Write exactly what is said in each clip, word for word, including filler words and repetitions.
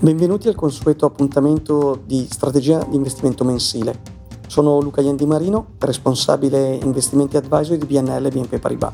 Benvenuti al consueto appuntamento di strategia di investimento mensile. Sono Luca Iandi Marino, responsabile investimenti advisory di B N L B N P Paribas.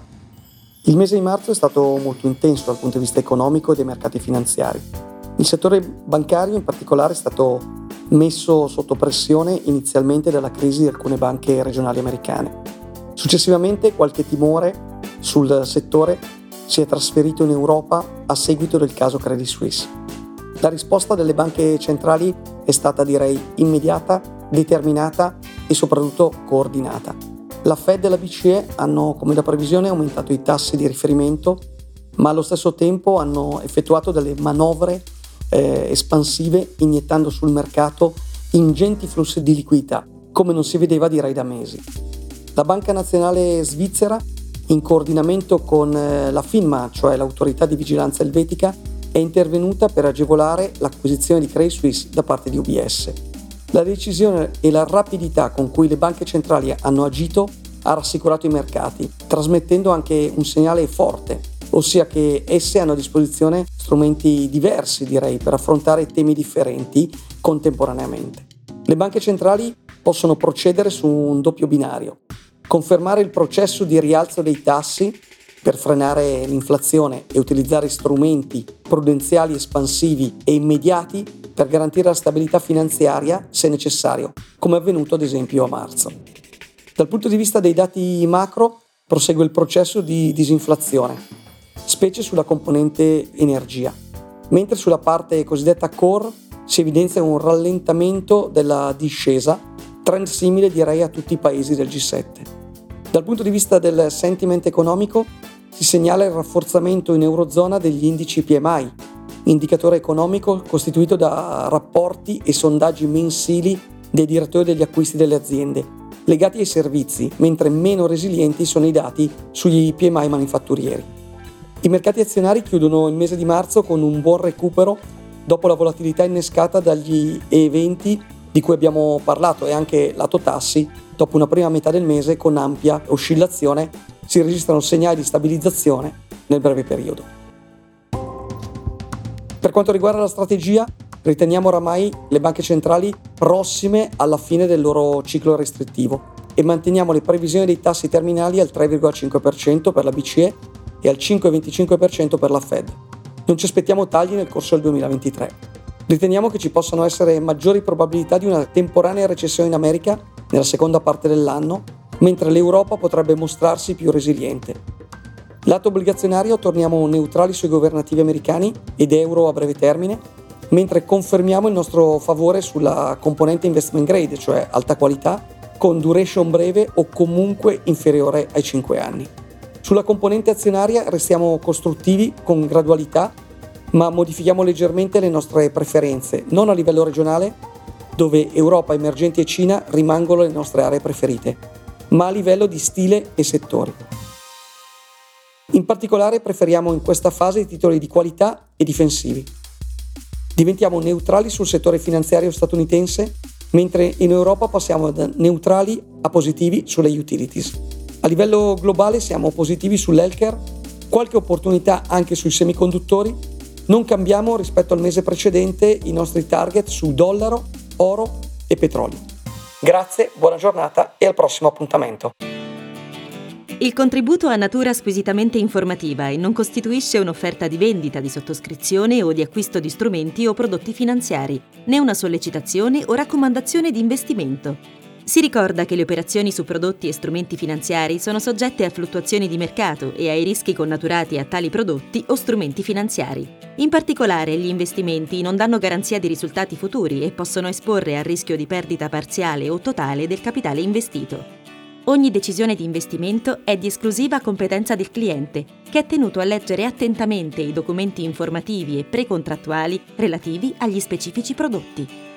Il mese di marzo è stato molto intenso dal punto di vista economico e dei mercati finanziari. Il settore bancario in particolare è stato messo sotto pressione inizialmente dalla crisi di alcune banche regionali americane. Successivamente qualche timore sul settore si è trasferito in Europa a seguito del caso Credit Suisse. La risposta delle banche centrali è stata, direi, immediata, determinata e soprattutto coordinata. La Fed e la B C E hanno, come da previsione, aumentato i tassi di riferimento, ma allo stesso tempo hanno effettuato delle manovre eh, espansive, iniettando sul mercato ingenti flussi di liquidità, come non si vedeva, direi, da mesi. La Banca Nazionale Svizzera, in coordinamento con eh, la FINMA, cioè l'autorità di vigilanza elvetica, è intervenuta per agevolare l'acquisizione di Credit Suisse da parte di U B S. La decisione e la rapidità con cui le banche centrali hanno agito ha rassicurato i mercati, trasmettendo anche un segnale forte, ossia che esse hanno a disposizione strumenti diversi, direi, per affrontare temi differenti contemporaneamente. Le banche centrali possono procedere su un doppio binario: confermare il processo di rialzo dei tassi per frenare l'inflazione e utilizzare strumenti prudenziali espansivi e immediati per garantire la stabilità finanziaria se necessario, come è avvenuto ad esempio a marzo. Dal punto di vista dei dati macro prosegue il processo di disinflazione, specie sulla componente energia, mentre sulla parte cosiddetta core si evidenzia un rallentamento della discesa, trend simile direi a tutti i paesi del G sette. Dal punto di vista del sentiment economico si segnala il rafforzamento in Eurozona degli indici P M I, indicatore economico costituito da rapporti e sondaggi mensili dei direttori degli acquisti delle aziende, legati ai servizi, mentre meno resilienti sono i dati sugli P M I manifatturieri. I mercati azionari chiudono il mese di marzo con un buon recupero dopo la volatilità innescata dagli eventi di cui abbiamo parlato, e anche lato tassi, dopo una prima metà del mese con ampia oscillazione, si registrano segnali di stabilizzazione nel breve periodo. Per quanto riguarda la strategia, riteniamo oramai le banche centrali prossime alla fine del loro ciclo restrittivo e manteniamo le previsioni dei tassi terminali al tre virgola cinque per cento per la B C E e al cinque virgola venticinque per cento per la Fed. Non ci aspettiamo tagli nel corso del duemilaventitré. Riteniamo che ci possano essere maggiori probabilità di una temporanea recessione in America nella seconda parte dell'anno, mentre l'Europa potrebbe mostrarsi più resiliente. Lato obbligazionario torniamo neutrali sui governativi americani ed euro a breve termine, mentre confermiamo il nostro favore sulla componente investment grade, cioè alta qualità, con duration breve o comunque inferiore ai cinque anni. Sulla componente azionaria restiamo costruttivi con gradualità, ma modifichiamo leggermente le nostre preferenze, non a livello regionale, dove Europa, emergenti e Cina rimangono le nostre aree preferite, ma a livello di stile e settori. In particolare preferiamo in questa fase i titoli di qualità e difensivi. Diventiamo neutrali sul settore finanziario statunitense, mentre in Europa passiamo da neutrali a positivi sulle utilities. A livello globale siamo positivi sull'healthcare, qualche opportunità anche sui semiconduttori. Non cambiamo rispetto al mese precedente i nostri target su dollaro, oro e petrolio. Grazie, buona giornata e al prossimo appuntamento. Il contributo ha natura squisitamente informativa e non costituisce un'offerta di vendita, di sottoscrizione o di acquisto di strumenti o prodotti finanziari, né una sollecitazione o raccomandazione di investimento. Si ricorda che le operazioni su prodotti e strumenti finanziari sono soggette a fluttuazioni di mercato e ai rischi connaturati a tali prodotti o strumenti finanziari. In particolare, gli investimenti non danno garanzia di risultati futuri e possono esporre al rischio di perdita parziale o totale del capitale investito. Ogni decisione di investimento è di esclusiva competenza del cliente, che è tenuto a leggere attentamente i documenti informativi e precontrattuali relativi agli specifici prodotti.